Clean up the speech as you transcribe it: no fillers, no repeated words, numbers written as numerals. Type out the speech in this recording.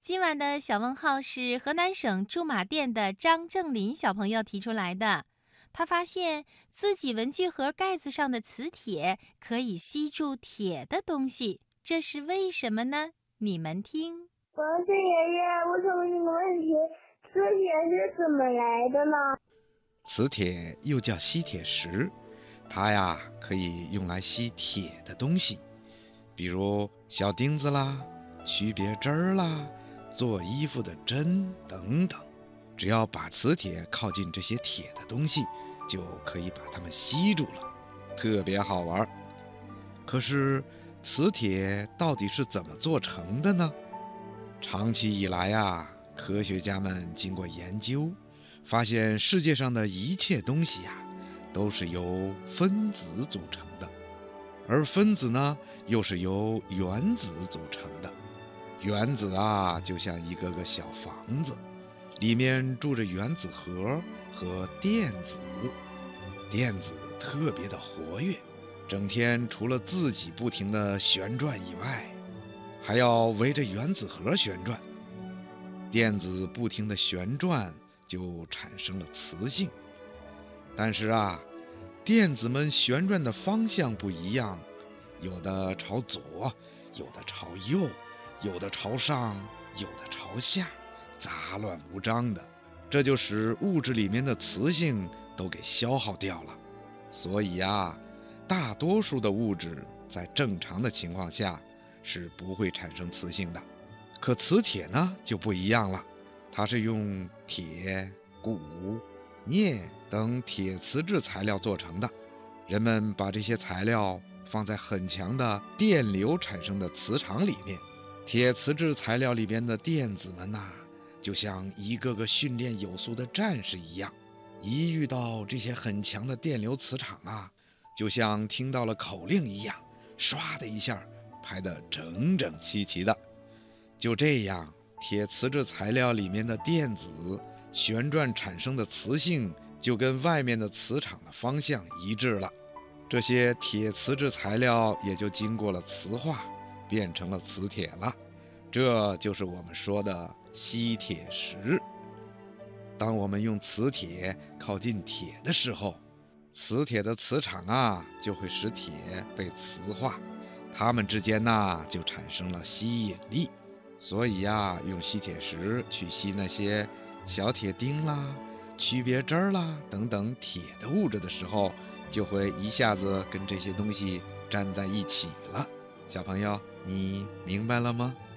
今晚的小问号是河南省驻马店的张正林小朋友提出来的。他发现自己文具盒盖子上的磁铁可以吸住铁的东西，这是为什么呢？你们听。 王子爷爷，我想问你个问题，磁铁是怎么来的呢？ 磁铁又叫吸铁石，它呀可以用来吸铁的东西，比如小钉子啦、曲别针儿啦、做衣服的针等等。只要把磁铁靠近这些铁的东西，就可以把它们吸住了，特别好玩。可是磁铁到底是怎么做成的呢？长期以来啊，科学家们经过研究，发现世界上的一切东西啊，都是由分子组成的，而分子呢，又是由原子组成的。原子啊，就像一个个小房子，里面住着原子核和电子。电子特别的活跃，整天除了自己不停地旋转以外，还要围着原子核旋转。电子不停地旋转，就产生了磁性。但是啊，电子们旋转的方向不一样，有的朝左，有的朝右，有的朝上，有的朝下，杂乱无章的，这就使物质里面的磁性都给消耗掉了。所以啊，大多数的物质在正常的情况下是不会产生磁性的。可磁铁呢就不一样了，它是用铁、钴、镍等铁磁质材料做成的。人们把这些材料放在很强的电流产生的磁场里面，铁磁质材料里边的电子们呐，就像一个个训练有素的战士一样，一遇到这些很强的电流磁场啊，就像听到了口令一样，唰的一下排得整整齐齐的。就这样，铁磁质材料里面的电子旋转产生的磁性就跟外面的磁场的方向一致了，这些铁磁质材料也就经过了磁化，变成了磁铁了。这就是我们说的吸铁石。当我们用磁铁靠近铁的时候，磁铁的磁场啊就会使铁被磁化，它们之间呢就产生了吸引力。所以呀，用吸铁石去吸那些小铁钉啦、曲别针啦等等铁的物质的时候，就会一下子跟这些东西粘在一起了。小朋友，你明白了吗？